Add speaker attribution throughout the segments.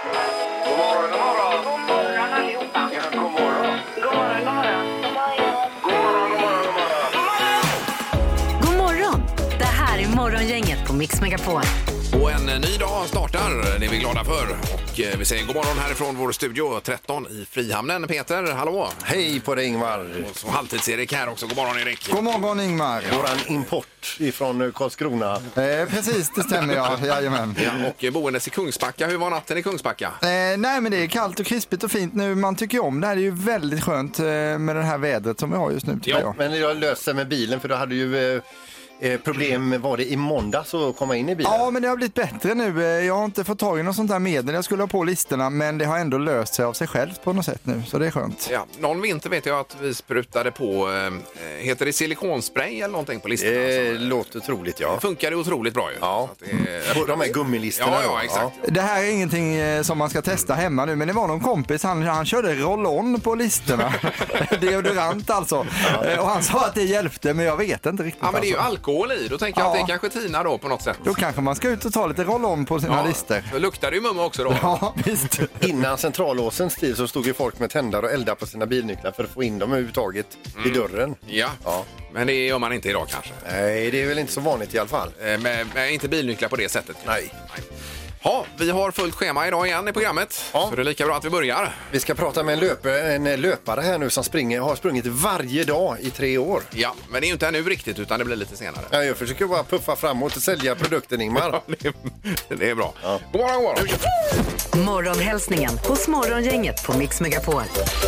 Speaker 1: God morgon, god morgon.
Speaker 2: God morgon allihopa.
Speaker 1: Ja, god morgon.
Speaker 2: God morgon, god morgon.
Speaker 1: God morgon, god morgon, god morgon.
Speaker 3: God morgon! Det här är Morgongänget på Mix Megapol.
Speaker 4: Och en ny dag startar, det är vi glada för. Och vi säger god morgon härifrån vår studio 13 i Frihamnen. Peter, hallå!
Speaker 5: Hej på dig Ingmar.
Speaker 4: Och så halvtids-Erik här också. God morgon Erik!
Speaker 6: God morgon Ingmar.
Speaker 5: Våran import ifrån Karlskrona.
Speaker 6: Precis, det stämmer jajamän.
Speaker 4: Ja, och boendes i Kungsbacka, hur var natten i Kungsbacka?
Speaker 6: Nej men det är kallt och krispigt och fint nu. Man tycker ju om det här, det är ju väldigt skönt med det här vädret som vi har just nu tycker jag.
Speaker 5: Men jag löste med bilen för du hade ju problem var det i måndags att komma in i bilen.
Speaker 6: Ja, men det har blivit bättre nu. Jag har inte fått tag i något sånt här medel. Jag skulle ha på listorna, men det har ändå löst sig av sig självt på något sätt nu. Så det är skönt.
Speaker 4: Ja, någon vinter vet jag att vi sprutade på, heter det silikonspray eller någonting på listorna?
Speaker 5: Det låter troligt, ja.
Speaker 4: Det funkar otroligt bra ju.
Speaker 5: Ja,
Speaker 4: Så att
Speaker 5: på de här gummilistorna.
Speaker 4: Ja, exakt.
Speaker 6: Det här är ingenting som man ska testa hemma nu, men det var någon kompis, han körde roll-on på listorna. Deodorant alltså. Och han sa att det hjälpte, men jag vet inte riktigt.
Speaker 4: Ja, men det är ju
Speaker 6: alltså.
Speaker 4: alkohol i. Då tänker jag att det kanske tinar då på något sätt.
Speaker 6: Då kanske man ska ut och ta lite roll-on på sina listor.
Speaker 4: Då luktar det ju mumma också då.
Speaker 6: Ja, visst.
Speaker 5: Innan centralåsens tid så stod ju folk med tändare och eldade på sina bilnycklar för att få in dem överhuvudtaget i dörren.
Speaker 4: Ja.
Speaker 5: Ja,
Speaker 4: Men det gör man inte idag kanske.
Speaker 5: nej det är väl inte så vanligt i alla fall.
Speaker 4: Med inte bilnycklar på det sättet.
Speaker 5: Nej.
Speaker 4: Ja, vi har fullt schema idag igen i programmet.
Speaker 5: Ja.
Speaker 4: Så det är lika bra att vi börjar.
Speaker 5: Vi ska prata med en löpare här nu som har sprungit varje dag i 3 år.
Speaker 4: Ja, men det är ju inte ännu riktigt utan det blir lite senare.
Speaker 5: Ja, jag försöker bara puffa framåt och sälja produkten, Ingmar.
Speaker 4: Det är bra.
Speaker 5: Ja.
Speaker 4: God morgon, god morgon.
Speaker 3: Morgonhälsningen hos Morgongänget på Mix Megapol.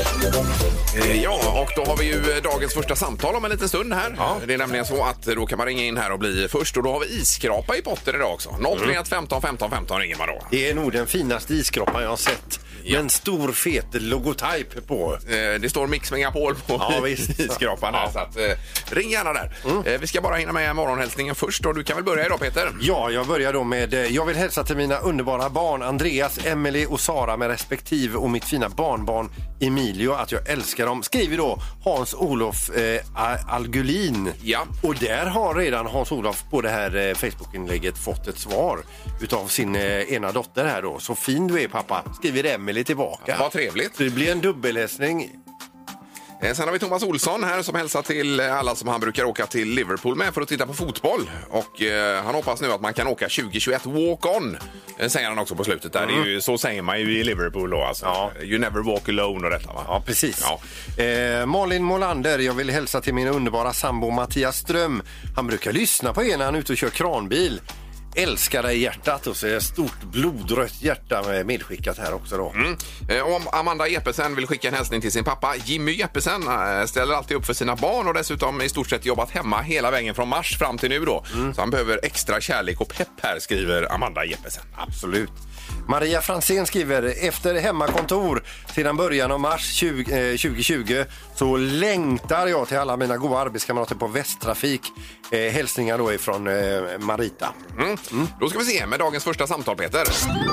Speaker 4: Ja, och då har vi ju dagens första samtal om en liten stund här. Ja. Det är nämligen så att då kan man ringa in här och bli först. Och då har vi isskrapa i potten idag också. 031 15 15 15 ringer man då.
Speaker 5: Det är nog den finaste isskrapan jag har sett. Med en stor fet logotyp på.
Speaker 4: Det står Mix Megapol på isskrapan här. Så att, ring gärna där. Vi ska bara hinna med morgonhälsningen först. Och du kan väl börja idag, Peter?
Speaker 5: Ja, jag börjar då med... Jag vill hälsa till mina underbara barn Andreas, Emily och Sara med respektive och mitt fina barnbarn Emilio att jag älskar dem. Skriver då Hans-Olof Algulin.
Speaker 4: Ja.
Speaker 5: Och där har redan Hans-Olof på det här Facebook-inlägget fått ett svar utav sin ena dotter här då. Så fin du är pappa, skriver Emily tillbaka.
Speaker 4: Vad trevligt.
Speaker 5: Så det blir en dubbelhälsning.
Speaker 4: Sen har vi Thomas Olsson här som hälsar till alla som han brukar åka till Liverpool med för att titta på fotboll. Och han hoppas nu att man kan åka 2021 walk-on, säger han också på slutet där. Det är ju, så säger man ju i Liverpool då alltså. Ja. You never walk alone och detta va?
Speaker 5: Ja, precis.
Speaker 4: Ja.
Speaker 5: Malin Molander, jag vill hälsa till min underbara sambo Mattias Ström. Han brukar lyssna på när han är ute och kör kranbil. Älskar dig hjärtat och så är ett stort blodrött hjärta medskickat här också då.
Speaker 4: Om Amanda Jeppesen vill skicka en hälsning till sin pappa Jimmy Jeppesen, ställer alltid upp för sina barn och dessutom i stort sett jobbat hemma hela vägen från mars fram till nu då. Så han behöver extra kärlek och pepp här, skriver Amanda Jeppesen.
Speaker 5: Absolut. Maria Fransén skriver, efter hemmakontor sedan början av mars 2020 så längtar jag till alla mina goda arbetskamrater på Västtrafik. Hälsningar då ifrån Marita.
Speaker 4: Då ska vi se med dagens första samtal, Peter.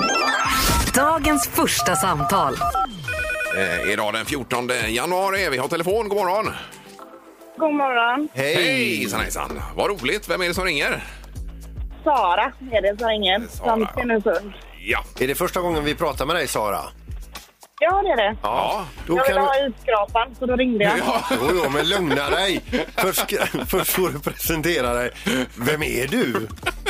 Speaker 3: Dagens första samtal.
Speaker 4: Idag den 14 januari. Vi har telefon. God morgon.
Speaker 2: God morgon.
Speaker 4: Hej, hejsan. Vad roligt. Vem är det som ringer?
Speaker 2: Sara är det som ringer.
Speaker 4: Sara.
Speaker 2: Från Stenungsund.
Speaker 4: Ja.
Speaker 5: Är det första gången vi pratar med dig, Sara?
Speaker 2: Ja, det är det.
Speaker 4: Ja.
Speaker 5: Då
Speaker 2: Jag
Speaker 5: kan
Speaker 2: ville
Speaker 5: du...
Speaker 2: ha isskrapan, så då ringde jag.
Speaker 4: Ja.
Speaker 5: Jo, men lugna dig. Först får du presentera dig. Vem är du?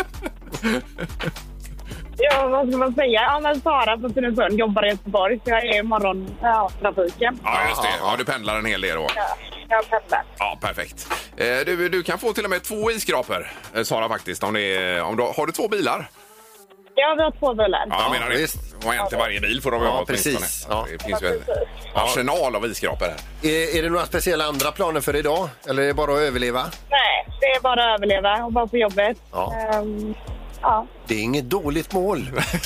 Speaker 2: Ja, vad ska man säga? Ja, men Sara från Stenungsund jobbar i Göteborg, så jag är i morgontrafiken.
Speaker 4: Ja, just det. Ja, du pendlar en hel del då.
Speaker 2: Ja, jag pendlar.
Speaker 4: Ja, perfekt. Du kan få till och med 2 isskrapor, Sara, faktiskt. Om du har du 2 bilar?
Speaker 2: Ja, vi har 2 bilar.
Speaker 4: Ja, jag menar det.
Speaker 5: visst.
Speaker 4: Och en till varje bil får de
Speaker 5: Ja,
Speaker 4: ha åtminstone.
Speaker 5: precis. Ja.
Speaker 4: Det finns ju en arsenal av isskrapor här.
Speaker 5: Är det några speciella andra planer för idag? Eller är det bara att överleva?
Speaker 2: Nej, det är bara att överleva och vara på jobbet.
Speaker 5: Ja.
Speaker 2: Ja.
Speaker 5: Det är inget dåligt mål.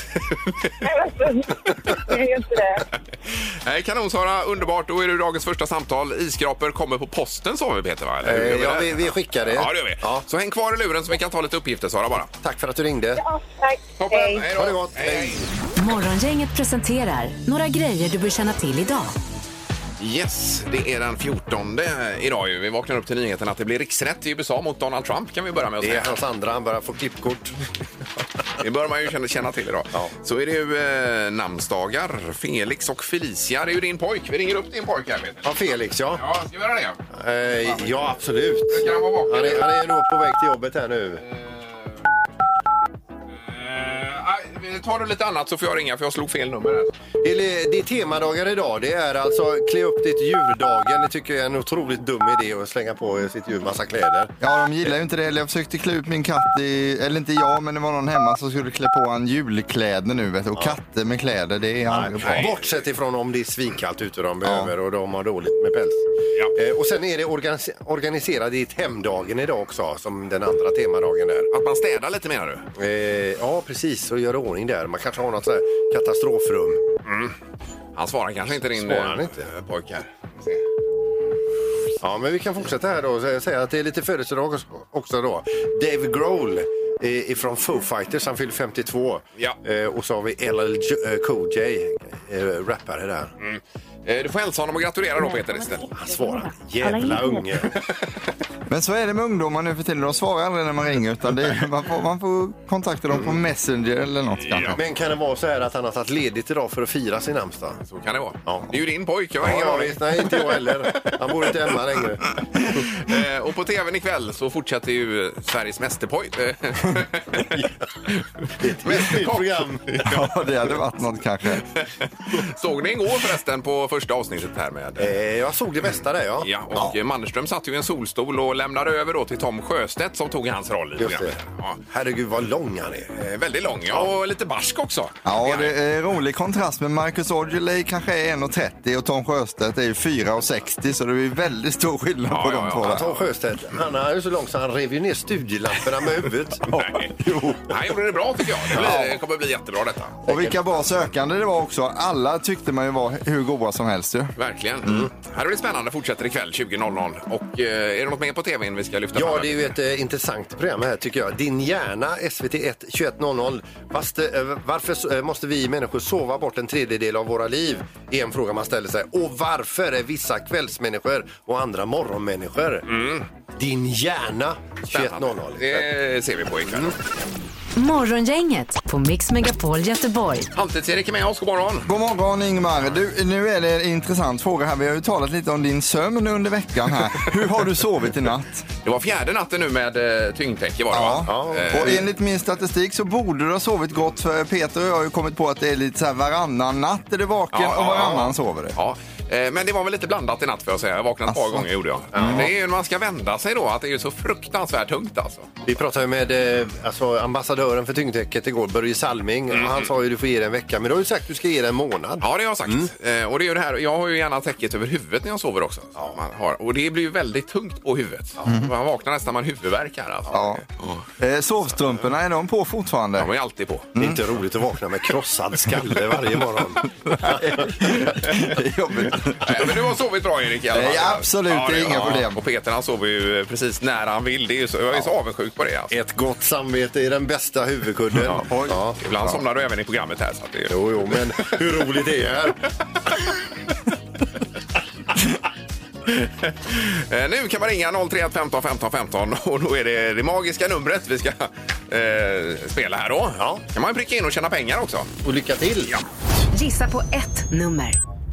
Speaker 2: Det är inte det.
Speaker 4: Nej, kanon, Sara, underbart. Då är det dagens första samtal. Isskrapor kommer på posten, sa vi, Peter, va? Eller,
Speaker 5: Ja, vi skickar det.
Speaker 4: Ja, det gör vi.
Speaker 5: Ja.
Speaker 4: Så häng kvar i luren så vi kan ta lite uppgifter, Sara, bara.
Speaker 5: Tack för att du ringde.
Speaker 2: Ja, tack.
Speaker 4: Toppen.
Speaker 2: Hej.
Speaker 4: Hej då.
Speaker 5: Ha det gott.
Speaker 4: Hej.
Speaker 3: Morgongänget presenterar några grejer du bör känna till idag.
Speaker 4: Yes, det är den 14 idag ju. Vi vaknar upp till nyheten att det blir riksrätt i USA mot Donald Trump, kan vi börja med att
Speaker 5: Det
Speaker 4: säga.
Speaker 5: är hans andra, han börjar få klippkort.
Speaker 4: Det bör man ju känna till idag.
Speaker 5: Ja.
Speaker 4: Så är det ju namnsdagar. Felix och Felicia, det är ju din pojk. Vi ringer upp din pojk här, Peter.
Speaker 5: Ja, Felix, ja.
Speaker 4: Ja, ska vi göra det?
Speaker 5: Ja, absolut.
Speaker 4: Ska han vara vaken?
Speaker 5: Han är nog på väg till jobbet här nu.
Speaker 4: Tar du lite annat så får jag ringa för jag slog fel nummer här.
Speaker 5: Det är temadagar idag. Det är alltså klä upp ditt djurdagen. Det tycker jag är en otroligt dum idé att slänga på sitt djur massa kläder.
Speaker 6: Ja, de gillar ju inte det. Jag försökte klä ut min katt eller inte jag, men det var någon hemma som skulle klä på en julkläder nu, vet du. Och katter med kläder, det är aldrig bra.
Speaker 5: Bortsett ifrån om det är svinkallt ute de behöver och de har dåligt med päls.
Speaker 4: Ja.
Speaker 5: Och sen är det organiserad i ett hemdagen idag också, som den andra temadagen där.
Speaker 4: Att man städar lite, menar du?
Speaker 5: Ja, precis. Och gör ordning där. Man kanske har något så här katastrofrum.
Speaker 4: Han svarar kanske inte din pojk här.
Speaker 5: Ja, men vi kan fortsätta här då och säga att det är lite födelsedag också då. Dave Grohl ifrån Foo Fighters, han fyller 52.
Speaker 4: Ja.
Speaker 5: Och så har vi LL Cool J, rappare där.
Speaker 4: Du får hälsa honom och gratulera då, Peter, istället.
Speaker 5: Han svarar, jävla unge.
Speaker 6: Men så är det med ungdomar nu för tiden. De svarar aldrig när man ringer, utan man får kontakta dem på Messenger eller något kanske.
Speaker 5: Men kan det vara så här att han har tagit ledigt idag för att fira sin namnsdag?
Speaker 4: Så kan det vara.
Speaker 5: Ja.
Speaker 4: Det är ju din pojk, jag har ingen aning.
Speaker 5: Nej, inte jag heller. Han bor inte hemma längre.
Speaker 4: Och på tvn ikväll så fortsätter ju Sveriges mästerpojk.
Speaker 5: Det är ett nytt program.
Speaker 6: Ja, det hade varit något kanske.
Speaker 4: Såg ni igår förresten på första avsnittet här med...
Speaker 5: Jag såg det mesta där, ja.
Speaker 4: Ja, och Mannerström satt ju i en solstol och lämnade över då till Tom Sjöstedt som tog hans roll i
Speaker 5: Just det.
Speaker 4: programmet. Ja.
Speaker 5: Herregud, vad lång han är.
Speaker 4: Väldigt lång, ja, och lite barsk också.
Speaker 6: Ja, det är rolig kontrast med Marcus Aujalay kanske är 1,30 och Tom Sjöstedt är ju 4,60, så det är väldigt stor skillnad på de två.
Speaker 5: Tom Sjöstedt, han är ju så lång så han rev ju ner studielamporna med huvudet.
Speaker 4: Nej. Han gjorde det bra, tycker jag. Det kommer bli jättebra detta.
Speaker 6: Och vilka bra sökande det var också. Alla tyckte man ju var hur goda som helst ju.
Speaker 4: Verkligen. Här är det spännande, fortsätter ikväll 20.00. Och är det något mer på tvn vi ska lyfta fram?
Speaker 5: Ja, det är ju ett intressant program här tycker jag. Din hjärna, SVT1 21.00. Fast varför måste vi människor sova bort en tredjedel av våra liv? Är en fråga man ställer sig. Och varför är vissa kvällsmänniskor och andra morgonmänniskor? Din hjärna, 21.00.
Speaker 4: Det ser vi på ikväll.
Speaker 3: Morgongänget på Mix Megapol Göteborg.
Speaker 4: Halvtids-Erik är med oss, god morgon.
Speaker 6: God morgon Ingmar. Du, nu är det en intressant fråga här. Vi har ju talat lite om din sömn under veckan här. Hur har du sovit i natt?
Speaker 4: Det var fjärde natten nu med tyngdtäcke var det, va?
Speaker 6: Ja. Och enligt min statistik så borde du ha sovit gott, för Peter och jag har ju kommit på att det är lite så här varannan natt är det vaken och varannan sover det.
Speaker 4: Ja. Men det var väl lite blandat i natt, för att säga. Jag vaknade ett par gånger, gjorde jag. Det är ju när man ska vända sig då, att det är ju så fruktansvärt tungt alltså.
Speaker 5: Vi pratade ju med ambassadören för tyngdtäcket igår, Börje Salming. Och han sa ju du får ge det en vecka, men du har ju sagt att du ska ge det en månad.
Speaker 4: Ja, det har jag sagt. Och det är ju det här, jag har ju gärna täcket över huvudet när jag sover också. Ja. Man har, och det blir ju väldigt tungt på huvudet. Man vaknar nästan med en huvudvärk här alltså.
Speaker 6: Ja. Sovstrumporna, är de på fortfarande?
Speaker 4: De är alltid på.
Speaker 5: Det är inte roligt att vakna med krossad skalle varje morgon.
Speaker 6: Det är jobbigt.
Speaker 4: Men du har sovit bra, Erik, i alla fall.
Speaker 6: Absolut, det är inga problem.
Speaker 4: Och Peter, han sover ju precis när han vill. Det är ju så, jag är så avundsjuk på det alltså.
Speaker 5: Ett gott samvete är den bästa huvudkudden.
Speaker 4: Ja. Ibland somnar du även i programmet här. Så att det är...
Speaker 5: Jo, men hur roligt det är.
Speaker 4: Nu kan man ringa 031 15 15 15 och då är det magiska numret vi ska spela här då. Ja. Kan man pricka in och tjäna pengar också.
Speaker 5: Och lycka till.
Speaker 4: Ja.
Speaker 3: Gissa på ett nummer.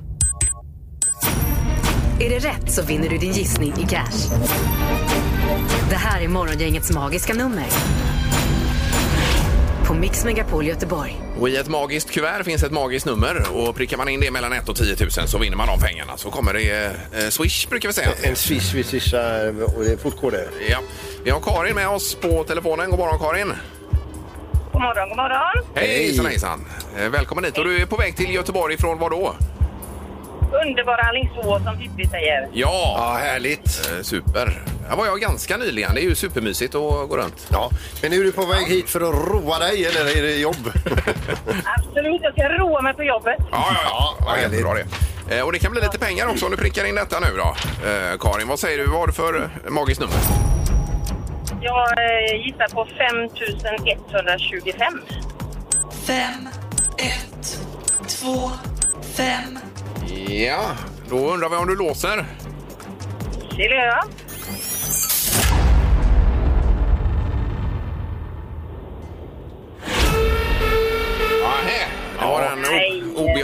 Speaker 3: Är det rätt så vinner du din gissning i cash. Det här är Morgongängets magiska nummer. På Mix Megapol Göteborg.
Speaker 4: Och i ett magiskt kuvert finns ett magiskt nummer. Och prickar man in det mellan 1 och 10 000 så vinner man de pengarna. Så kommer det swish, brukar vi säga.
Speaker 5: En swish, vi swishar och det är fortkode.
Speaker 4: Ja. Vi har Karin med oss på telefonen. God morgon, Karin.
Speaker 2: God morgon, god morgon.
Speaker 4: Hej, hejsan. Välkommen hit. Och du är på väg till Göteborg från vad då?
Speaker 2: Underbara Alingsås, som Pippi säger.
Speaker 4: Ja, härligt. Super. Här var jag ganska nyligen. Det är ju supermysigt att gå runt.
Speaker 5: Ja, men är du på väg hit för att roa dig eller är det jobb?
Speaker 2: Absolut, jag ska roa mig på jobbet.
Speaker 4: Ja, jättebra det. Och det kan bli lite pengar också om du prickar in detta nu då. Karin, vad säger du? Vad har du för magiskt nummer?
Speaker 2: Jag gissar på 5125.
Speaker 7: 5, 1, 2, 5.
Speaker 4: Ja, då undrar vi om du låser.
Speaker 2: Det gör jag.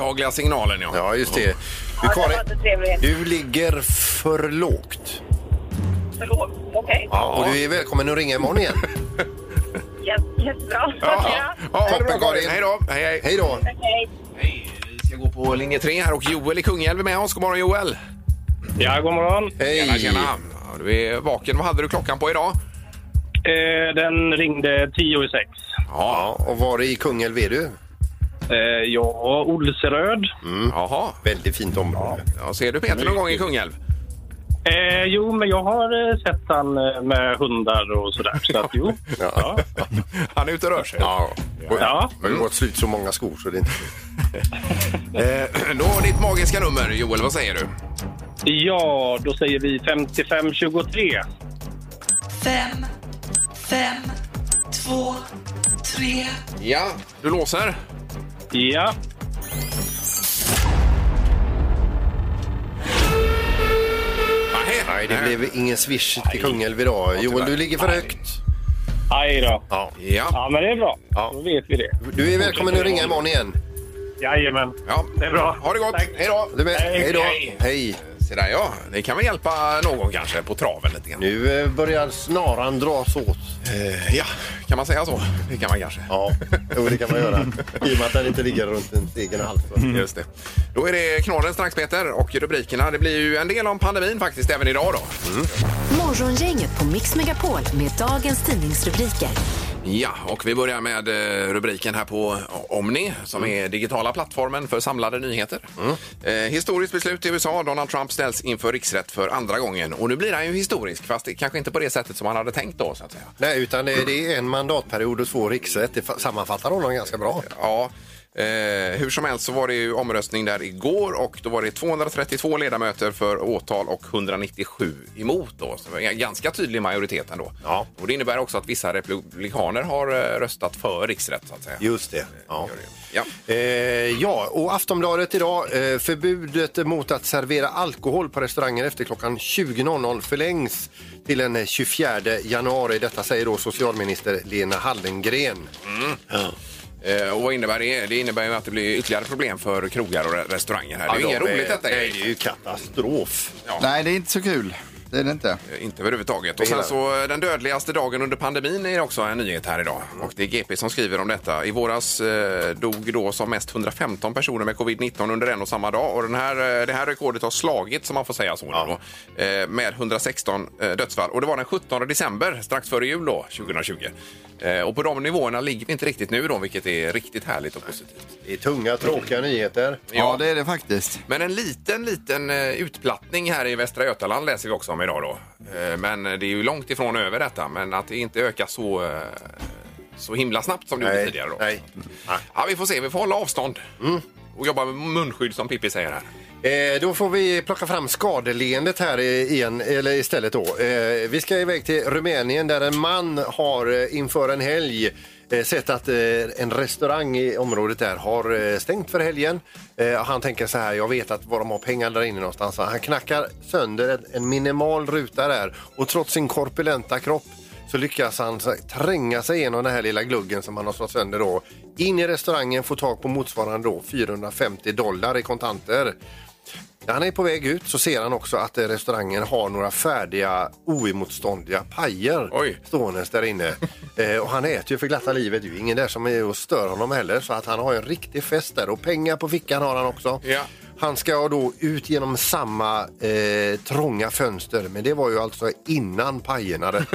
Speaker 4: obehagliga signalen.
Speaker 5: Ja, just det. Du,
Speaker 2: Ja, det var
Speaker 5: Karin,
Speaker 2: inte trevligt.
Speaker 5: du ligger för lågt.
Speaker 2: Förlåt. Okej.
Speaker 5: Ja, och du är välkommen att ringa imorgon igen.
Speaker 2: Jättebra.
Speaker 4: Ja, ha det bra, Karin. Hej då. Hej, hej.
Speaker 5: Hej då.
Speaker 2: Hej.
Speaker 4: Hej. Vi ska gå på linje 3 här och Joel i Kungälv är med oss. God morgon, Joel.
Speaker 8: Ja, god morgon.
Speaker 4: Tjena, tjena. Ja, du är vaken. Vad hade du klockan på idag?
Speaker 8: Den ringde 10:06.
Speaker 5: Ja, och var i Kungälv är du?
Speaker 8: Ja, Olseröd.
Speaker 4: Jaha.
Speaker 5: Väldigt fint område.
Speaker 4: Ja, ser du Peter någon gång i Kungälv?
Speaker 8: Jo, men jag har sett han med hundar och sådär. Så att, jo.
Speaker 5: Ja.
Speaker 4: Han är ute och rör sig.
Speaker 5: Ja. Och
Speaker 8: Ja.
Speaker 5: det har gått slut så många skor så det är inte...
Speaker 4: Då ditt magiska nummer, Joel, vad säger du?
Speaker 8: Ja, då säger vi 5523.
Speaker 7: 5, 5, 2, 3.
Speaker 4: Ja, du låser.
Speaker 8: Ja.
Speaker 5: Nej, det blev ingen swish till Kungälv idag. Joel, du ligger för högt.
Speaker 8: Aj då.
Speaker 5: Ja.
Speaker 8: Ja, men det är bra.
Speaker 5: Ja.
Speaker 8: Då vet vi det.
Speaker 5: Du är välkommen att ringa imorgon igen.
Speaker 8: Jajamän.
Speaker 4: Ja,
Speaker 8: Det är bra.
Speaker 4: ha det gott.
Speaker 8: Tack.
Speaker 4: Hej då.
Speaker 5: Du med?
Speaker 8: Hej.
Speaker 5: Hej då.
Speaker 4: Hej.
Speaker 5: Hej.
Speaker 4: Se där, ja. Det kan väl hjälpa någon kanske på traven lite grann.
Speaker 5: Nu börjar snaran dras åt.
Speaker 4: Ja, kan man säga så? Det kan man kanske.
Speaker 5: Ja, det kan man göra. I och med att den inte ligger runt en egen hals.
Speaker 4: Just det. Då är det knorren strax, Peter, och rubrikerna. Det blir ju en del om pandemin faktiskt även idag då.
Speaker 3: Morgongänget på Mix Megapol med dagens tidningsrubriker.
Speaker 4: Ja, och vi börjar med rubriken här på Omni som är digitala plattformen för samlade nyheter. Historiskt beslut i USA. Donald Trump ställs inför riksrätt för andra gången. Och nu blir han ju historisk, fast det kanske inte på det sättet som han hade tänkt då, så att säga.
Speaker 5: Nej, utan det är en mandatperiod och 2 riksrätt. Det sammanfattar honom ganska bra.
Speaker 4: Ja, hur som helst så var det ju omröstning där igår och då var det 232 ledamöter för åtal och 197 emot då. Så det var en ganska tydlig majoritet ändå.
Speaker 5: Ja.
Speaker 4: Och det innebär också att vissa republikaner har röstat för riksrätt, så att säga.
Speaker 5: Just det. Ja.
Speaker 4: Ja.
Speaker 5: Ja, och Aftonbladet idag. Förbudet mot att servera alkohol på restauranger efter klockan 20.00 förlängs till den 24 januari. Detta säger då socialminister Lena Hallengren. Ja.
Speaker 4: Och vad innebär det? Det innebär ju att det blir ytterligare problem för krogar och restauranger här. Det är ju inget roligt detta.
Speaker 5: Nej, det är ju katastrof.
Speaker 4: Ja.
Speaker 6: Nej, det är inte så kul. Det är det inte.
Speaker 4: Inte överhuvudtaget. Och sen så den dödligaste dagen under pandemin är också en nyhet här idag. Och det är GP som skriver om detta. I våras dog då som mest 115 personer med covid-19 under en och samma dag. Och det här rekordet har slagit, som man får säga så nu då, med 116 dödsfall. Och det var den 17 december, strax före jul då, 2020. Och på de nivåerna ligger vi inte riktigt nu då, vilket är riktigt härligt och positivt.
Speaker 5: Det är tunga, tråkiga nyheter.
Speaker 6: Ja, det är det faktiskt.
Speaker 4: Men en liten utplattning här i Västra Götaland läser vi också om idag då. Men det är ju långt ifrån över detta, men att det inte ökar så himla snabbt som det gjorde tidigare då.
Speaker 5: Nej.
Speaker 4: Ja, vi får se, vi får hålla avstånd och jobba med munskydd som Pippi säger här.
Speaker 5: Då får vi plocka fram skadeleendet här igen, eller istället då. Vi ska iväg till Rumänien där en man har inför en helg sett att en restaurang i området där har stängt för helgen. Han tänker så här, jag vet att var de har pengar där inne någonstans. Han knackar sönder en minimal ruta där och trots sin korpulenta kropp så lyckas han tränga sig igenom den här lilla gluggen som han har slått sönder då. In i restaurangen, får tag på motsvarande då $450 i kontanter. När han är på väg ut så ser han också att restaurangen har några färdiga oemotståndliga pajer stående där inne. Och han äter ju för glatta livet. Det är ju ingen där som är och stör honom heller. Så att han har en riktig fest där. Och pengar på fickan har han också.
Speaker 4: Ja.
Speaker 5: Han ska då ut genom samma trånga fönster. Men det var ju alltså innan pajerna detta.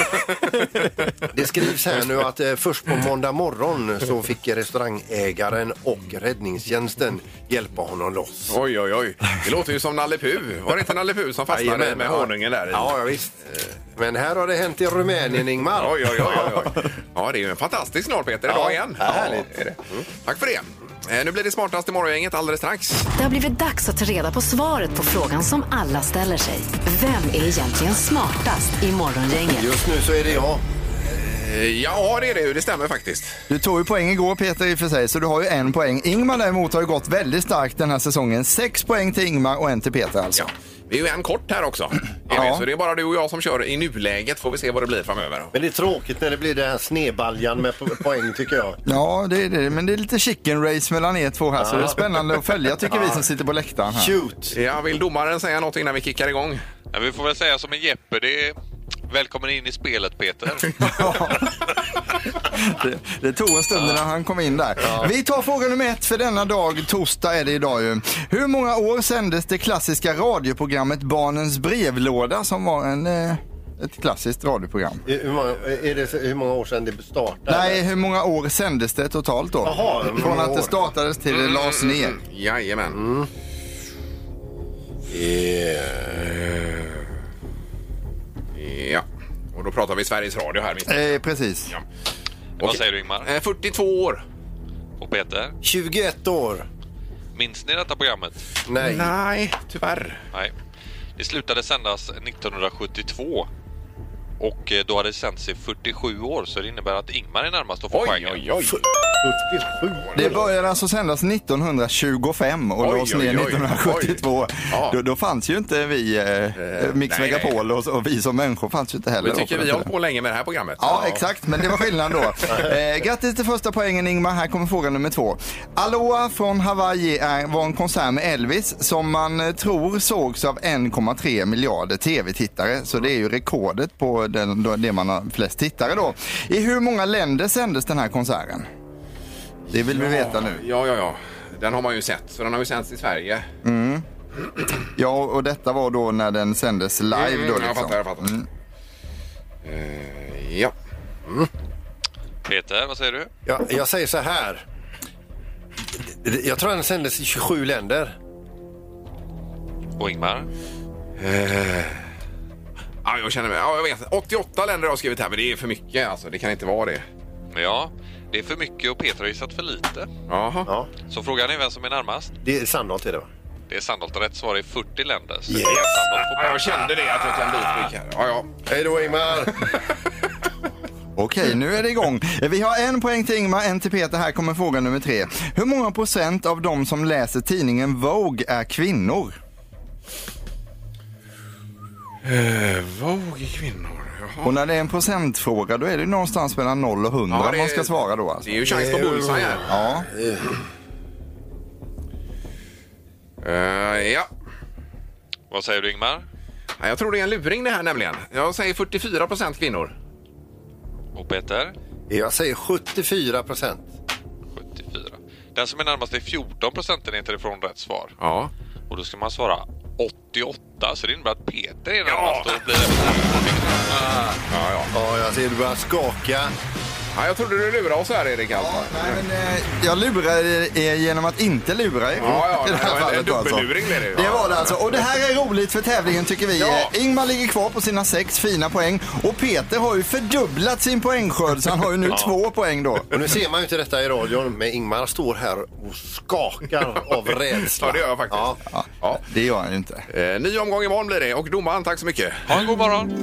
Speaker 5: Det skrivs här nu att först på måndag morgon så fick restaurangägaren och räddningstjänsten hjälpa honom loss.
Speaker 4: Oj, oj, oj. Det låter ju som Nalle Puh. Var det inte Nalle Puh som fastnade med honungen där i?
Speaker 5: Ja, visst. Men här har det hänt i Rumänien, Ingmar.
Speaker 4: Oj, oj, oj, oj. Ja, det är ju en fantastisk snart, Peter, idag igen.
Speaker 5: Härligt.
Speaker 4: Är det. Tack för det. Nu blir det smartast i morgongänget alldeles strax.
Speaker 3: Det har blivit dags att ta reda på svaret på frågan som alla ställer sig. Vem är egentligen smartast i morgongänget?
Speaker 5: Just nu så är det jag.
Speaker 4: Ja, det är det ju. Det stämmer faktiskt.
Speaker 6: Du tog ju poäng igår, Peter, i och för sig, så du har ju 1 poäng. Ingmar däremot har ju gått väldigt starkt den här säsongen. 6 poäng till Ingmar och 1 till Peter alltså.
Speaker 4: Vi är ju en kort här också.
Speaker 6: Ja.
Speaker 4: Så det är bara du och jag som kör i nuläget. Får vi se vad det blir framöver.
Speaker 5: Men det är tråkigt när det blir den här snebaljan med poäng tycker jag.
Speaker 6: Ja, det är det. Men det är lite chicken race mellan er två här. Så det är spännande att följa tycker vi som sitter på läktaren här.
Speaker 5: Shoot!
Speaker 4: Ja, vill domaren säga något innan vi kickar igång?
Speaker 9: Ja, vi får väl säga som en Jeppe, det är välkommen in i spelet, Peter.
Speaker 6: Det tog en stund när han kom in där. Ja. Vi tar fråga nummer 1 för denna dag. Torsdag är det idag ju. Hur många år sändes det klassiska radioprogrammet Barnens brevlåda som var ett klassiskt radioprogram?
Speaker 5: Hur många år sedan det startade?
Speaker 6: Nej, hur många år sändes det totalt då?
Speaker 5: Jaha,
Speaker 6: från att det startades till det lades ner.
Speaker 4: Jajamän. Ja, och då pratar vi Sveriges Radio här.
Speaker 6: Precis.
Speaker 4: Ja.
Speaker 9: Vad säger du, Ingmar?
Speaker 4: 42 år.
Speaker 9: Och Peter?
Speaker 5: 21 år.
Speaker 9: Minns ni detta programmet?
Speaker 4: Nej, tyvärr.
Speaker 9: Nej. Det slutade sändas 1972. Och då hade det sänds i 47 år, så det innebär att Ingmar är närmast att få poängen.
Speaker 5: 47.
Speaker 6: Det började alltså sändas 1925 och lades ner 1972.
Speaker 4: Ja.
Speaker 6: Då fanns ju inte vi, Mix Megapol och vi som människor fanns ju inte heller.
Speaker 4: Vi tycker vi har hållit på länge med det här programmet.
Speaker 6: Ja, exakt, men det var skillnad då. Grattis till första poängen, Ingmar. Här kommer fråga nummer 2. Aloha från Hawaii var en konsert med Elvis som man tror sågs av 1,3 miljarder tv-tittare. Så det är ju rekordet på det man har flest tittare då. I hur många länder sändes den här konserten? Det vill vi veta nu.
Speaker 4: Ja. Den har man ju sett. Så den har ju sänts i Sverige.
Speaker 6: Mm. Ja, och detta var då när den sändes live då liksom.
Speaker 4: Jag fattar. Ja.
Speaker 9: Peter, vad säger du?
Speaker 5: Ja, jag säger så här. Jag tror den sändes i 27 länder.
Speaker 9: Och Ingmar?
Speaker 4: Ja, jag känner mig. Ja, jag vet. 88 länder har jag skrivit här, men det är för mycket. Alltså, det kan inte vara det.
Speaker 9: Ja, det är för mycket och Peter har gissat för lite.
Speaker 4: Jaha.
Speaker 5: Ja.
Speaker 9: Så frågan är vem som är närmast.
Speaker 5: Det är Sandholt, är det va?
Speaker 9: Det är Sandholt, rätt svar är 40 länder. Så
Speaker 5: Yes.
Speaker 9: det är Sandholt på
Speaker 4: Ja, jag kände det att jag kan bli här. Ja.
Speaker 5: Hej då, Ingmar!
Speaker 6: Okej, nu är det igång. Vi har en poäng till Ingmar, en till Peter. Här kommer fråga nummer 3. Hur många procent av de som läser tidningen Vogue är kvinnor?
Speaker 4: Vogue kvinnor. Jaha.
Speaker 6: Och när det är en procentfråga då är det någonstans mellan 0 och 100
Speaker 4: Ja,
Speaker 6: om man ska svara då alltså.
Speaker 4: Det är ju chans på bullseye här.
Speaker 6: Ja.
Speaker 4: Ja.
Speaker 9: Vad säger du, Ingmar?
Speaker 4: Ja, jag tror det är en luring det här nämligen. Jag säger 44% kvinnor.
Speaker 9: Och Peter?
Speaker 5: Jag säger 74%.
Speaker 9: 74. Den som är närmast är 14 procentenheter ifrån rätt svar.
Speaker 4: Ja.
Speaker 9: Och då ska man svara 88, så det innebär att Peter är närmast och blir det.
Speaker 5: Ja, jag ser du börjar skaka.
Speaker 4: Ja, jag trodde du lurade oss här, Erik. Alltså.
Speaker 6: Nej, men jag lurar genom att inte lura er.
Speaker 4: Ja,
Speaker 6: i det här fallet,
Speaker 4: en dubbelluring blev det ju.
Speaker 6: Det var det alltså. Och det här är roligt för tävlingen tycker vi.
Speaker 4: Ja.
Speaker 6: Ingmar ligger kvar på sina 6 fina poäng. Och Peter har ju fördubblat sin poängskörd så han har ju nu 2 poäng då.
Speaker 5: Och nu ser man ju inte detta i radion, men Ingmar står här och skakar av rädsla.
Speaker 4: Ja, det gör jag faktiskt.
Speaker 5: Ja.
Speaker 6: Ja, det gör han ju inte.
Speaker 4: Ny omgång imorgon blir det. Och domaren, tack så mycket.
Speaker 9: Ha en god morgon.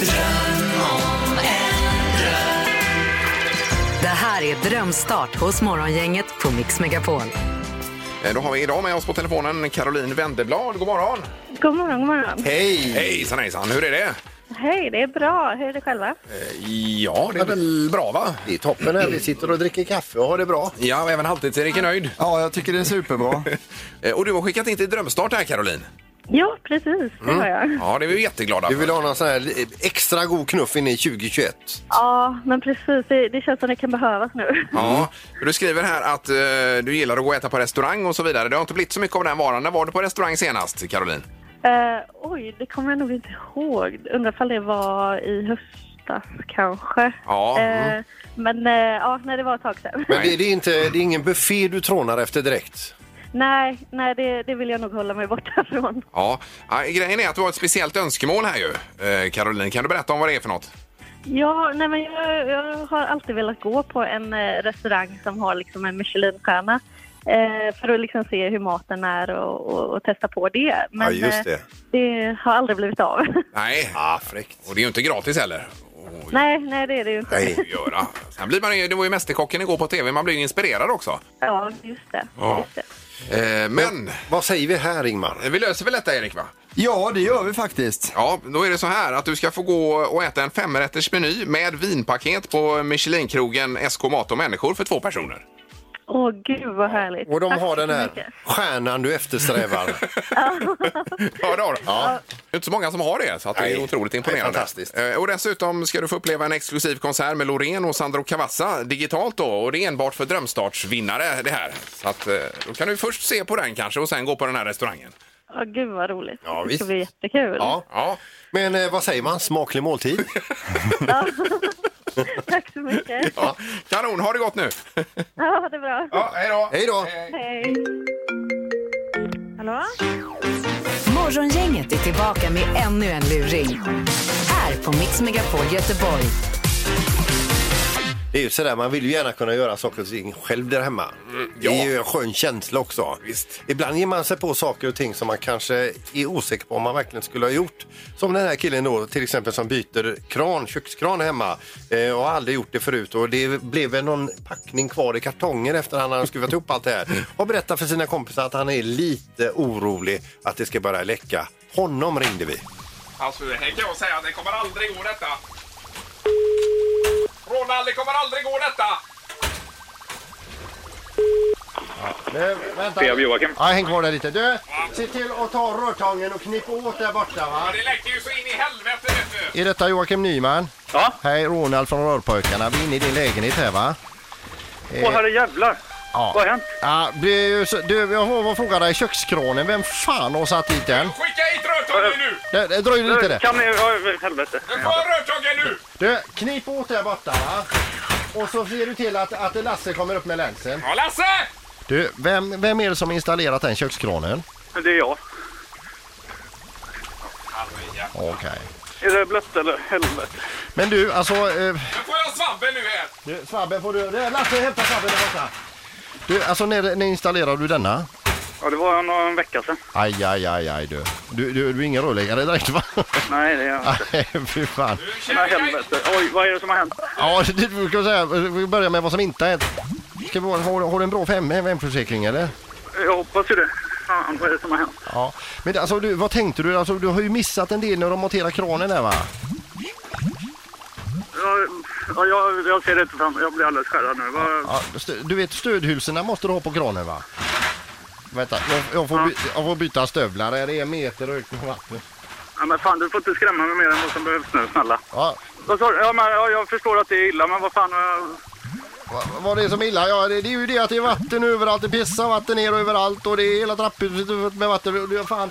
Speaker 3: Det här är Drömstart hos Morgongänget på Mix Megapol.
Speaker 4: Då har vi idag med oss på telefonen Caroline Wendeblad. God morgon.
Speaker 2: God morgon, god morgon.
Speaker 5: Hej!
Speaker 4: Hejsan. Hur är det?
Speaker 2: Hej, det är bra. Hur är det själva?
Speaker 4: Ja, det är väl bra va?
Speaker 5: Det är toppen här. Vi sitter och dricker kaffe och har det bra.
Speaker 4: Ja, även halvtids-Erik är nöjd.
Speaker 6: Ja, jag tycker det är superbra.
Speaker 4: Och du har skickat in till Drömstart här, Caroline.
Speaker 2: Ja, precis. Det har jag.
Speaker 4: Ja, det är vi jätteglada
Speaker 5: Du
Speaker 4: för.
Speaker 5: vill ha någon sån här extra god knuff in i 2021.
Speaker 2: Ja, men precis. Det känns som det kan behövas nu.
Speaker 4: Ja, du skriver här att du gillar att gå och äta på restaurang och så vidare. Det har inte blivit så mycket av den varan. När var du på restaurang senast, Caroline?
Speaker 2: Oj, det kommer jag nog inte ihåg. Undrar ifall det var i höstas kanske.
Speaker 4: Ja.
Speaker 2: Men det var ett tag sedan.
Speaker 5: Men det är ingen buffé du trånar efter direkt.
Speaker 2: Nej, det vill jag nog hålla mig borta från.
Speaker 4: Ja, grejen är att du har ett speciellt önskemål här ju. Caroline, kan du berätta om vad det är för något?
Speaker 2: Ja, nej men jag har alltid velat gå på en restaurang som har liksom en Michelin-stjärna. För att liksom se hur maten är och testa på det. Men
Speaker 5: ja, just det.
Speaker 2: Det har aldrig blivit av.
Speaker 4: Nej,
Speaker 5: fräckt.
Speaker 4: Och det är ju inte gratis heller.
Speaker 2: Nej, det är det ju inte.
Speaker 5: Nej.
Speaker 4: Sen blir man ju, det var ju Mästerkocken igår på tv, man blir ju inspirerad också.
Speaker 2: Ja, just det.
Speaker 4: Ja.
Speaker 2: Just det.
Speaker 4: Men
Speaker 5: vad säger vi här, Ingmar?
Speaker 4: Vi löser väl detta, Erik, va?
Speaker 6: Ja, det gör vi faktiskt.
Speaker 4: Ja, då är det så här att du ska få gå och äta en 5-rättersmeny med vinpaket på Michelin-krogen SK Mat och Människor för 2 personer.
Speaker 2: Åh, gud vad härligt.
Speaker 5: Och de
Speaker 2: Tack
Speaker 5: har
Speaker 2: så
Speaker 5: den här
Speaker 2: mycket.
Speaker 5: stjärnan du eftersträvar.
Speaker 4: Ja, det har de. Ja. Det är inte så många som har det, så att det är otroligt imponerande.
Speaker 5: fantastiskt.
Speaker 4: Och dessutom ska du få uppleva en exklusiv konsert med Loreen och Sandro Cavazza digitalt då. Och det är enbart för drömstartsvinnare det här. Så att då kan du först se på den kanske och sen gå på den här restaurangen.
Speaker 2: Åh, gud vad roligt.
Speaker 5: Ja,
Speaker 2: det
Speaker 5: visst.
Speaker 2: ska bli jättekul.
Speaker 5: Ja. Men vad säger man? Smaklig måltid?
Speaker 2: Tack så mycket.
Speaker 4: Ja. Kanon, ha det gott nu.
Speaker 2: Ja, det är bra.
Speaker 4: Ja, hej då.
Speaker 5: Hej då.
Speaker 2: Hej. Hallå?
Speaker 3: Morgongänget är tillbaka med ännu en luring. Här på Mix Megapol Göteborg.
Speaker 5: Det är ju sådär, man vill ju gärna kunna göra saker och ting själv där hemma.
Speaker 4: ja.
Speaker 5: Det är ju en skön känsla också.
Speaker 4: Visst.
Speaker 5: Ibland ger man sig på saker och ting som man kanske är osäker på om man verkligen skulle ha gjort. Som den här killen då, till exempel, som byter kökskran hemma och har aldrig gjort det förut. Och det blev väl någon packning kvar i kartonger efter att han hade skruvat ihop allt det här. Och berättar för sina kompisar att han är lite orolig att det ska börja läcka. Honom ringde vi.
Speaker 4: Alltså, det här kan jag säga, det kommer aldrig gå detta. Ronald, det kommer aldrig gå detta.
Speaker 5: Vänta.
Speaker 8: Joakim.
Speaker 5: Ja, häng kvar där lite. Du, se till att ta rörtången och knippa åt där borta, va?
Speaker 4: Det läcker ju så in i helvete, vet du.
Speaker 5: Är detta Joakim Nyman?
Speaker 8: Ja.
Speaker 5: Hej, Ronald från Rörpojkarna. Vi är inne i din lägenhet här, va?
Speaker 8: Åh, herre jävlar.
Speaker 5: Ja.
Speaker 8: Vad har hänt?
Speaker 5: Ja, du, jag har frågat dig, kökskranen. Vem fan har satt dit den?
Speaker 4: Skicka hit rörtången nu.
Speaker 5: Det dröjer lite det.
Speaker 8: Kan ni... helvete.
Speaker 4: Du får rörtången nu.
Speaker 5: Du, knip åt där borta, va? Och så ser du till att Lasse kommer upp med länsen.
Speaker 4: Ja, Lasse!
Speaker 5: Du, vem är det som har installerat den kökskranen?
Speaker 8: Det är jag.
Speaker 5: Okej.
Speaker 8: Är det blött eller helvete?
Speaker 5: Men du, alltså...
Speaker 4: Nu får jag svabben nu här.
Speaker 5: Du, svabben får du... Lasse, hämta svabben där borta. Du, alltså när installerade du denna?
Speaker 8: Ja, det var en vecka sedan.
Speaker 5: Aj, du. Du är ingen rörläggare direkt, va?
Speaker 8: Nej, det är jag inte.
Speaker 5: Nej, fy fan.
Speaker 8: Nej, helvete. Oj, vad är det som har hänt?
Speaker 5: Ja, det kan säga. Vi börjar med vad som inte är. Har du en bra hemförsäkring, eller?
Speaker 8: Jag hoppas ju det. Fan, vad är det som har hänt?
Speaker 5: Ja. Men alltså, vad tänkte du? Alltså, du har ju missat en del när de monterar kranen där, va?
Speaker 8: Ja, jag ser det inte fram. Jag blir alldeles skärrad nu.
Speaker 5: Ja, du vet, stödhusen måste du ha på kranen, va? Vänta, jag får byta stövlar. Det är meter och ökning vatten.
Speaker 8: Ja, men fan, du får inte skrämma mig mer än vad som behövs nu, snälla.
Speaker 5: Ja.
Speaker 8: Jag förstår att det är illa, men vad fan...
Speaker 5: Vad det är som illa? Ja, det är ju det att det är vatten överallt. Det pissar vatten ner överallt och det är hela trapphuset med vatten. Det är fan...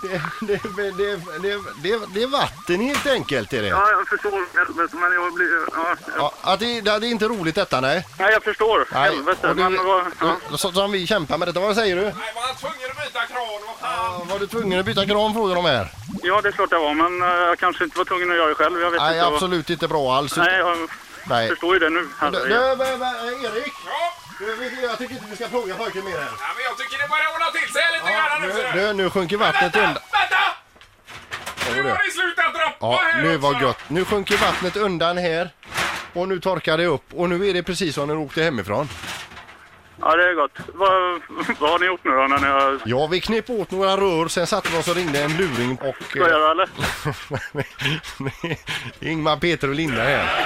Speaker 5: Det är vatten helt enkelt, är det.
Speaker 8: Ja, jag förstår, men jag blir...
Speaker 5: Ja, det är inte roligt detta, nej.
Speaker 8: Nej, jag förstår.
Speaker 5: Nej,
Speaker 8: helvete.
Speaker 5: Som vi kämpar med detta, vad säger du?
Speaker 4: Nej, var han tvungen att byta kran? Vad fan?
Speaker 5: Var du tvungen att byta kran, frågar de här?
Speaker 8: Ja, det är klart jag var, men jag kanske inte var tvungen att göra det själv. Jag vet
Speaker 5: Nej,
Speaker 8: inte
Speaker 5: absolut inte bra alls.
Speaker 8: Nej, jag förstår ju det nu.
Speaker 5: Erik?
Speaker 4: Ja.
Speaker 5: Jag tycker inte vi ska fråga pojken mer här.
Speaker 4: Ja, men jag tycker det börjar ordna till sig lite grann nu.
Speaker 5: Nu sjunker vattnet undan.
Speaker 4: Vänta! Nu har det slutat droppa
Speaker 5: Ja,
Speaker 4: här
Speaker 5: nu var
Speaker 4: också.
Speaker 5: gott. Nu sjunker vattnet undan här. Och nu torkar det upp. Och nu är det precis som när du åkte hemifrån.
Speaker 8: Ja, det är gott. Vad har ni gjort nu då när ni har...
Speaker 5: Ja, vi knep åt några rör. Sen satte vi oss och ringde en luring och...
Speaker 8: Ska jag göra, eller?
Speaker 5: Ingmar, Peter och Linda här.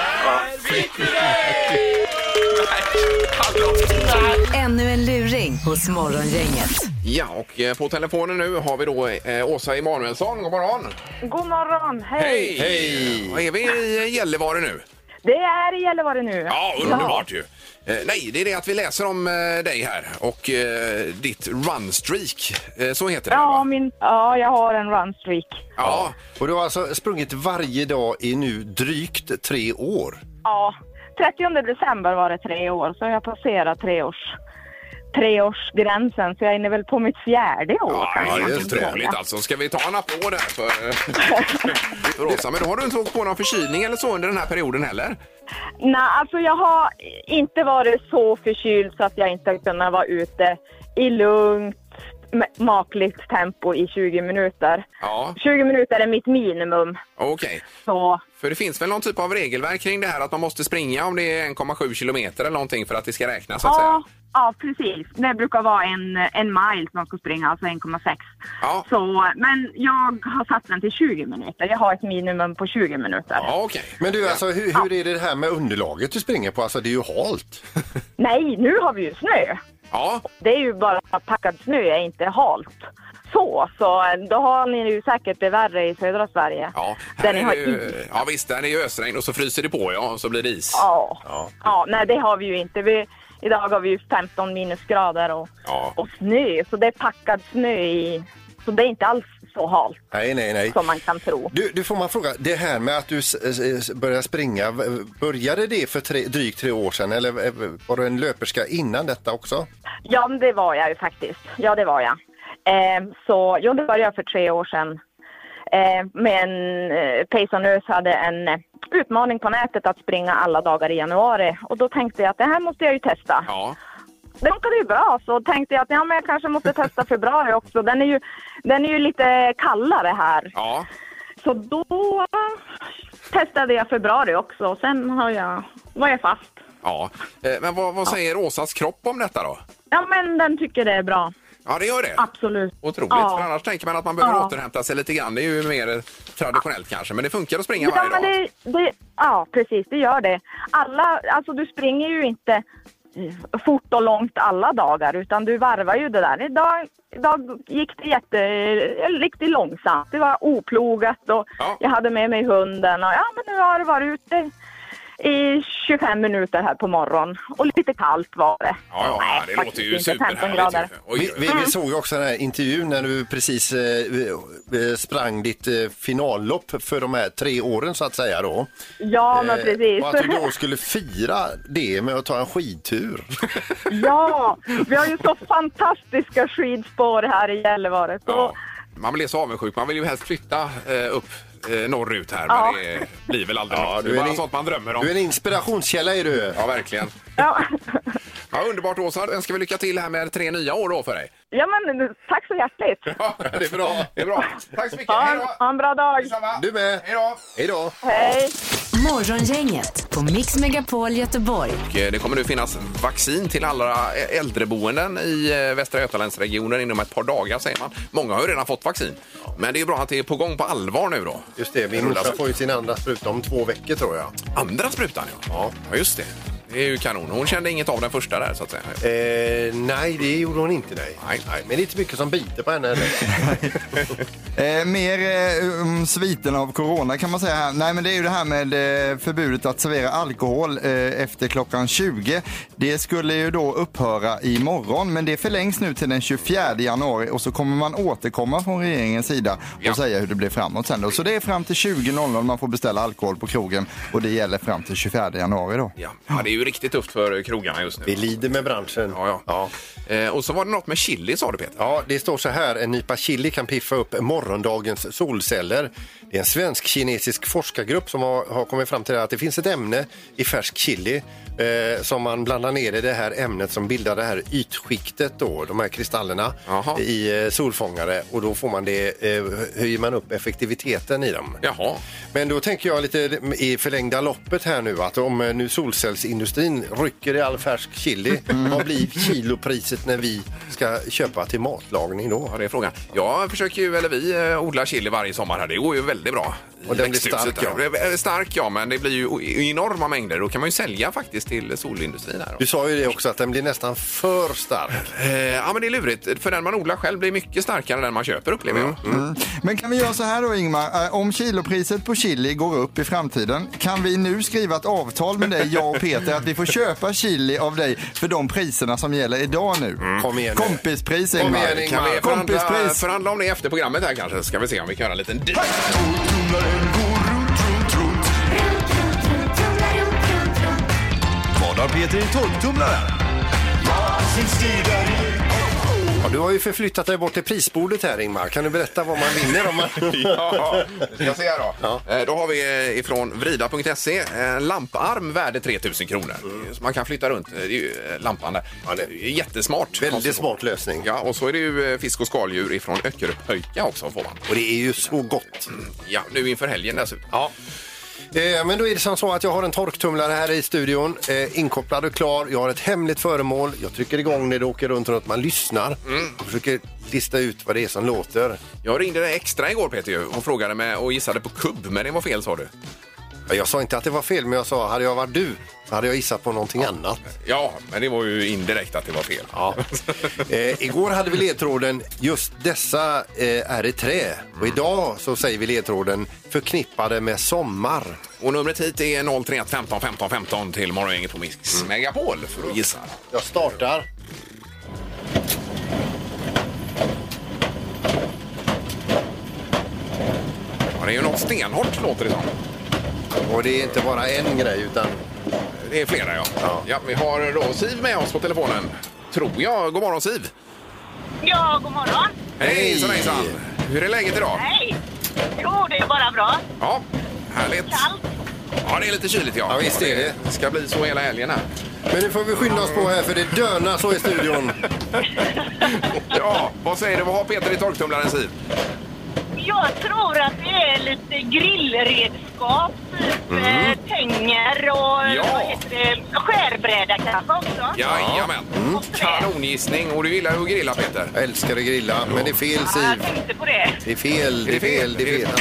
Speaker 3: Ännu en luring hos Morgongänget.
Speaker 4: Ja, och på telefonen nu har vi då Åsa Emanuelsson. God morgon.
Speaker 10: God morgon, hej!
Speaker 4: Hej! Vad är vi i Gällivare nu?
Speaker 10: Det är i Gällivare nu.
Speaker 4: Ja, underbart ju. Nej, det är det att vi läser om dig här och ditt runstreak, så heter det, va?
Speaker 10: Ja, jag har en runstreak.
Speaker 4: Ja.
Speaker 5: Och du har alltså sprungit varje dag i nu drygt 3 år.
Speaker 10: Ja, 30 december var det 3 år, så jag passerat treårsgränsen, så jag är inne väl på mitt 4:e år.
Speaker 4: Ja, det är trevligt alltså. Ska vi ta en applåd där för Åsa? Men då har du inte åkt på någon förkylning eller så under den här perioden heller?
Speaker 10: Nej, alltså jag har inte varit så förkyld så att jag inte kunnat vara ute i lugnt, makligt tempo i 20 minuter.
Speaker 4: Ja.
Speaker 10: 20 minuter är mitt minimum.
Speaker 4: Okej.
Speaker 10: Så.
Speaker 4: För det finns väl någon typ av regelverk kring det här att man måste springa om det är 1,7 kilometer eller någonting för att det ska räknas, så att säga?
Speaker 10: Ja, precis. Det brukar vara en mile som man ska springa, alltså 1,6.
Speaker 4: Ja.
Speaker 10: Så, men jag har satt den till 20 minuter. Jag har ett minimum på 20 minuter.
Speaker 4: Ja, okej.
Speaker 5: Men du, alltså, hur är det här med underlaget du springer på? Alltså, det är ju halt.
Speaker 10: Nej, nu har vi ju snö.
Speaker 4: Ja.
Speaker 10: Det är ju bara packad snö, är inte halt. Så då har ni ju säkert det värre i södra Sverige.
Speaker 4: Ja,
Speaker 10: där
Speaker 4: här
Speaker 10: ni
Speaker 4: är
Speaker 10: har
Speaker 4: det ju, ja visst, där är ju ösregn och så fryser det på, ja, och så blir det is.
Speaker 10: Ja, nej det har vi ju inte. Idag har vi ju 15 minusgrader och snö, så det är packad snö i. Så det är inte alls så halt
Speaker 5: Nej.
Speaker 10: som man kan tro.
Speaker 5: Du får man fråga, det här med att du började springa, började det för drygt 3 år sedan eller var du en löperska innan detta också?
Speaker 10: Ja, det var jag ju faktiskt. Ja, det var jag. Så det började jag för 3 år sedan. Men Pace & Earth hade en utmaning på nätet att springa alla dagar i januari. Och då tänkte jag att det här måste jag ju testa.
Speaker 4: Ja.
Speaker 10: Det funkade ju bra, så tänkte jag att men jag kanske måste testa februari också. Den är ju lite kallare här.
Speaker 4: Ja.
Speaker 10: Så då testade jag februari också och sen var jag fast.
Speaker 4: Ja. Men vad säger Åsas kropp om detta då?
Speaker 10: Ja, men den tycker det är bra.
Speaker 4: Ja, det gör det.
Speaker 10: Absolut.
Speaker 4: Otroligt,
Speaker 10: Ja.
Speaker 4: för annars tänker man att man behöver återhämta sig lite grann. Det är ju mer traditionellt kanske, men det funkar att springa varje dag.
Speaker 10: Ja, precis, det gör det. Alltså du springer ju inte fort och långt alla dagar, utan du varvar ju det där. Idag gick det riktigt långsamt. Det var oplogat och jag hade med mig hunden och men nu har det varit ute i 25 minuter här på morgon. Och lite kallt var det.
Speaker 4: Ja,
Speaker 10: nej,
Speaker 4: det låter ju superhärligt.
Speaker 5: Vi såg också den här intervjun när du precis sprang ditt finallopp för de här 3 åren så att säga då.
Speaker 10: Ja, men precis.
Speaker 5: Och att du då skulle fira det med att ta en skidtur.
Speaker 10: Ja, vi har ju så fantastiska skidspår här i Gällivare. Så...
Speaker 4: Ja. Man blir så avundsjuk. Man vill ju helst flytta upp norrut här, men det blir väl aldrig något. Det är bara sånt man drömmer om.
Speaker 5: Du är en inspirationskälla är du.
Speaker 4: Ja, verkligen.
Speaker 10: Ja.
Speaker 4: Ja, underbart Åsa. Den ska vi lycka till här med 3 nya år då för dig.
Speaker 10: Ja, men tack så hjärtligt.
Speaker 4: Ja, det är bra. Det är bra. Tack så mycket.
Speaker 10: Ha en bra dag.
Speaker 5: Du med.
Speaker 4: Hej då.
Speaker 5: Hej då.
Speaker 10: Hej.
Speaker 3: Morgongänget på Mix Megapol Göteborg.
Speaker 4: Och det kommer nu finnas vaccin till alla äldreboenden i Västra Götalandsregionen inom ett par dagar, säger man. Många har ju redan fått vaccin. Men det är bra att det är på gång på allvar nu då.
Speaker 5: Just det, min morsa får ju sin andra spruta om 2 veckor tror jag.
Speaker 4: Andra sprutan, ja. Ja, just det. Det är ju kanon. Hon kände inget av den första där, så att säga.
Speaker 5: Nej, det gjorde hon inte, nej. Men det är inte mycket som biter på henne.
Speaker 6: Mer sviten av corona kan man säga här. Nej, men det är ju det här med förbudet att servera alkohol efter klockan 20. Det skulle ju då upphöra imorgon, men det förlängs nu till den 24 januari och så kommer man återkomma från regeringens sida och säga hur det blir framåt sen då. Så det är fram till 20.00 man får beställa alkohol på krogen och det gäller fram till 24 januari då.
Speaker 4: Ja, det är ju riktigt tufft för krogarna just nu.
Speaker 5: Vi lider med branschen.
Speaker 4: Ja. Och så var det något med chili, sa du Peter.
Speaker 5: Ja, det står så här. En nypa chili kan piffa upp morgondagens solceller. Det är en svensk-kinesisk forskargrupp som har kommit fram till att det finns ett ämne i färsk chili som man blandar ner i det här ämnet som bildar det här ytskiktet då, de här kristallerna i solfångare, och då får man det, höjer man upp effektiviteten i dem.
Speaker 4: Jaha.
Speaker 5: Men då tänker jag lite i förlängda loppet här nu att om nu solcellsindustrin rycker i all färsk chili, vad blir kilopriset när vi ska köpa till matlagning då?
Speaker 4: Ja, det är frågan. Jag försöker ju, eller vi odlar chili varje sommar här. Det går ju väldigt bra.
Speaker 5: Och den blir stark,
Speaker 4: stark, men det blir ju enorma mängder. Då kan man ju sälja faktiskt till solindustrin här.
Speaker 5: Du sa ju det också, att den blir nästan för stark.
Speaker 4: Ja, men det är lurigt. För den man odlar själv blir mycket starkare än den man köper, upplever jag.
Speaker 6: Men kan vi göra så här då, Ingmar? Om kilopriset på chili går upp i framtiden, kan vi nu skriva ett avtal med dig, jag och Peter, att vi får köpa chili av dig för de priserna som gäller idag nu?
Speaker 5: Kom igen.
Speaker 6: Kompispris, Ingmar.
Speaker 4: Kan vi förhandla om det efter programmet här kanske? Ska vi se om vi kan göra en liten deal.
Speaker 11: Vad har Peter i 12-tumlaren?
Speaker 5: Ja, du har ju förflyttat dig bort till prisbordet här, Ingmar. Kan du berätta vad man vinner om man...
Speaker 4: Ja, det ska se här då. Ja. Då har vi ifrån vrida.se en lamparm värde 3000 kronor. Så man kan flytta runt. Det är ju lampan där. Ja, det är jättesmart.
Speaker 5: Väldigt smart lösning.
Speaker 4: Ja, och så är det ju fisk- och skaldjur ifrån Öckeröpöjka också får man.
Speaker 5: Och det är ju så gott.
Speaker 4: Ja, nu inför helgen dessutom.
Speaker 5: Ja. Men då är det som så att jag har en torktumlare här i studion, inkopplad och klar. Jag har ett hemligt föremål. Jag trycker igång när det åker runt. Man lyssnar och försöker lista ut vad det är som låter.
Speaker 4: Jag ringde dig extra igår, Peter, och frågade med och gissade på kubb, men det var fel, sa du.
Speaker 5: Jag sa inte att det var fel, men jag sa hade jag varit du så hade jag gissat på någonting annat.
Speaker 4: Ja, men det var ju indirekt att det var fel.
Speaker 5: Ja. Igår hade vi ledtråden just dessa är i trä. Och idag så säger vi ledtråden förknippade med sommar.
Speaker 4: Och numret hit är 031 15 15 15 till Morgongänget på Mix Megapol för att gissa.
Speaker 5: Jag startar.
Speaker 4: Ja, det är ju något stenhårt, låter det som.
Speaker 5: Och det är inte bara en grej utan...
Speaker 4: Det är flera, ja. Vi har då Siv med oss på telefonen. Tror jag. God morgon, Siv.
Speaker 11: Ja, god morgon.
Speaker 4: Hej, hejsan. Hur är läget idag?
Speaker 11: Hej. Jo, det är bara bra.
Speaker 4: Ja, härligt.
Speaker 11: Kallt.
Speaker 4: Ja, det är lite kyligt, ja.
Speaker 5: Ja, visst är det.
Speaker 4: Det ska bli så hela helgen här.
Speaker 5: Men nu får vi skynda oss på här för det dönar så i studion.
Speaker 4: Ja, vad säger du? Vad har Peter i torktumlaren, Siv?
Speaker 11: Jag tror att det är lite grillredskap, typ tänger och vad heter det? Skärbräda kanske också.
Speaker 4: Jajamän. Kanongissning. Och du gillar ju att grilla, Peter.
Speaker 5: Jag älskar att grilla, men det är fel, Siv.
Speaker 11: Jag tänkte på det.
Speaker 5: Det är fel, det är fel, det är fel.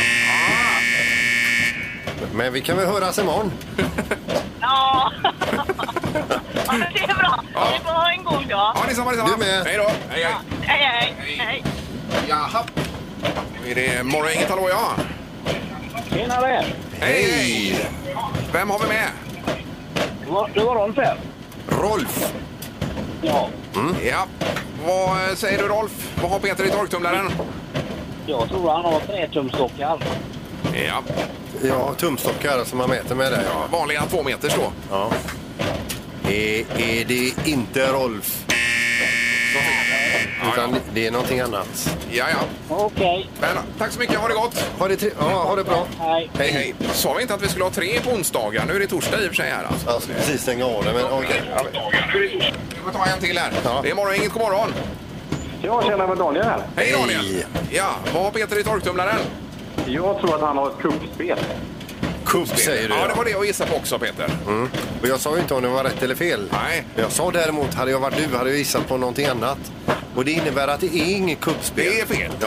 Speaker 5: Men vi kan väl höras imorgon.
Speaker 11: Ja. Ja, det är bra.
Speaker 4: Ja.
Speaker 11: Det var en god dag.
Speaker 4: Ja, detsamma.
Speaker 5: Du med.
Speaker 4: Hej då. Hej,
Speaker 11: Hej, hej.
Speaker 4: Jaha. Nu är det Morgongänget, hallå, ja.
Speaker 8: Tjenare!
Speaker 4: Hej! Vem har vi med?
Speaker 8: Det var Rolf här.
Speaker 5: Rolf.
Speaker 8: Ja.
Speaker 4: Ja. Vad säger du, Rolf? Vad har Peter i torktumlaren?
Speaker 8: Jag tror han har 3 tumstockar.
Speaker 4: Ja.
Speaker 5: Ja, tumstockar som man mäter med det.
Speaker 4: Ja, vanliga 2 meters då.
Speaker 5: Ja. Är det inte Rolf? Utan det är någonting annat.
Speaker 4: Ja.
Speaker 8: Okej.
Speaker 4: Men, tack så mycket, ha det gott.
Speaker 5: Ha det bra.
Speaker 8: Hej.
Speaker 4: Hej. Sa vi inte att vi skulle ha 3 på onsdagar? Nu är det torsdag i och för sig här alltså.
Speaker 5: Jag ska precis stänga av det, men okej.
Speaker 4: Vi får ta en till här.
Speaker 5: Ja.
Speaker 4: Det är Morgongänget, god morgon.
Speaker 8: Jag känner med Daniel här.
Speaker 4: Hej Daniel. Ja, vad har Peter i torktumlaren?
Speaker 8: Jag tror att han har ett kuppspel.
Speaker 5: Kupp säger du.
Speaker 4: Ja, det var det jag gissade på också, Peter.
Speaker 5: Och jag sa ju inte om det var rätt eller fel.
Speaker 4: Nej.
Speaker 5: Jag sa däremot, hade jag varit du hade jag gissat på någonting annat. Och det innebär att det är inget kuppspel.
Speaker 4: Det är fel.
Speaker 5: Ja.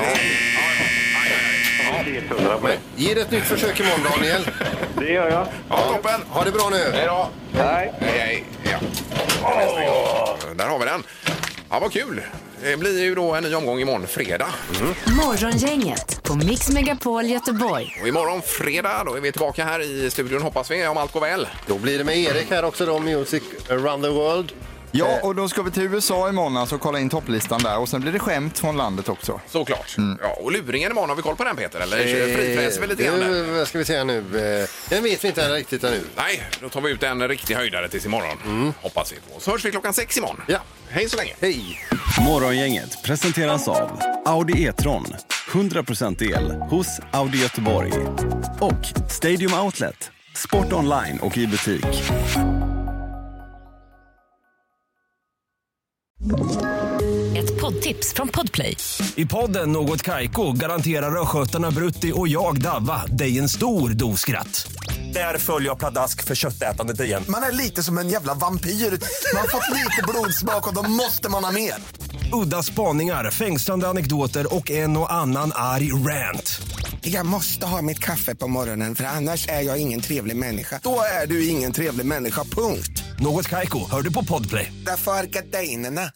Speaker 5: Men, ge det ett nytt försök imorgon, Daniel.
Speaker 8: Det gör jag.
Speaker 4: Ja, toppen.
Speaker 5: Ha det bra nu.
Speaker 4: Hej då.
Speaker 8: Hej.
Speaker 4: Hej. Ja. Där har vi den. Ja, vad kul. Det blir ju då en ny omgång imorgon fredag.
Speaker 3: Morgongänget på Mix Megapol Göteborg.
Speaker 4: Och imorgon fredag då är vi tillbaka här i studion, hoppas vi, om allt går väl.
Speaker 5: Då blir det med Erik här också då, Music Around the World.
Speaker 6: Ja, och då ska vi till USA imorgon och kolla in topplistan där. Och sen blir det skämt från landet också.
Speaker 4: Såklart. Ja, och luringen imorgon, har vi koll på den, Peter? Eller frifräser vi lite grann där?
Speaker 5: Vad ska vi säga nu? Den vet vi inte riktigt ännu.
Speaker 4: Nej, då tar vi ut en riktig höjdare tills imorgon. Hoppas vi på. Så hörs vi 6:00 imorgon.
Speaker 5: Ja.
Speaker 4: Hej så länge.
Speaker 5: Hej.
Speaker 12: Morgongänget presenteras av Audi E-tron. 100% el hos Audi Göteborg. Och Stadium Outlet. Sport online och i butik.
Speaker 3: Ett poddtips från Podplay.
Speaker 13: I podden Något Kaiko garanterar östgötarna Brutti och jag Davva dig en stor doskratt. Där följer jag pladask för köttätandet igen.
Speaker 14: Man är lite som en jävla vampyr. Man har fått lite blodsmak och då måste man ha mer.
Speaker 13: Udda spaningar, fängslande anekdoter och en och annan arg rant.
Speaker 14: Jag måste ha mitt kaffe på morgonen för annars är jag ingen trevlig människa. Då är du ingen trevlig människa, punkt.
Speaker 13: Något Kaiko, hör du på Podplay.
Speaker 14: Därför är gardinerna.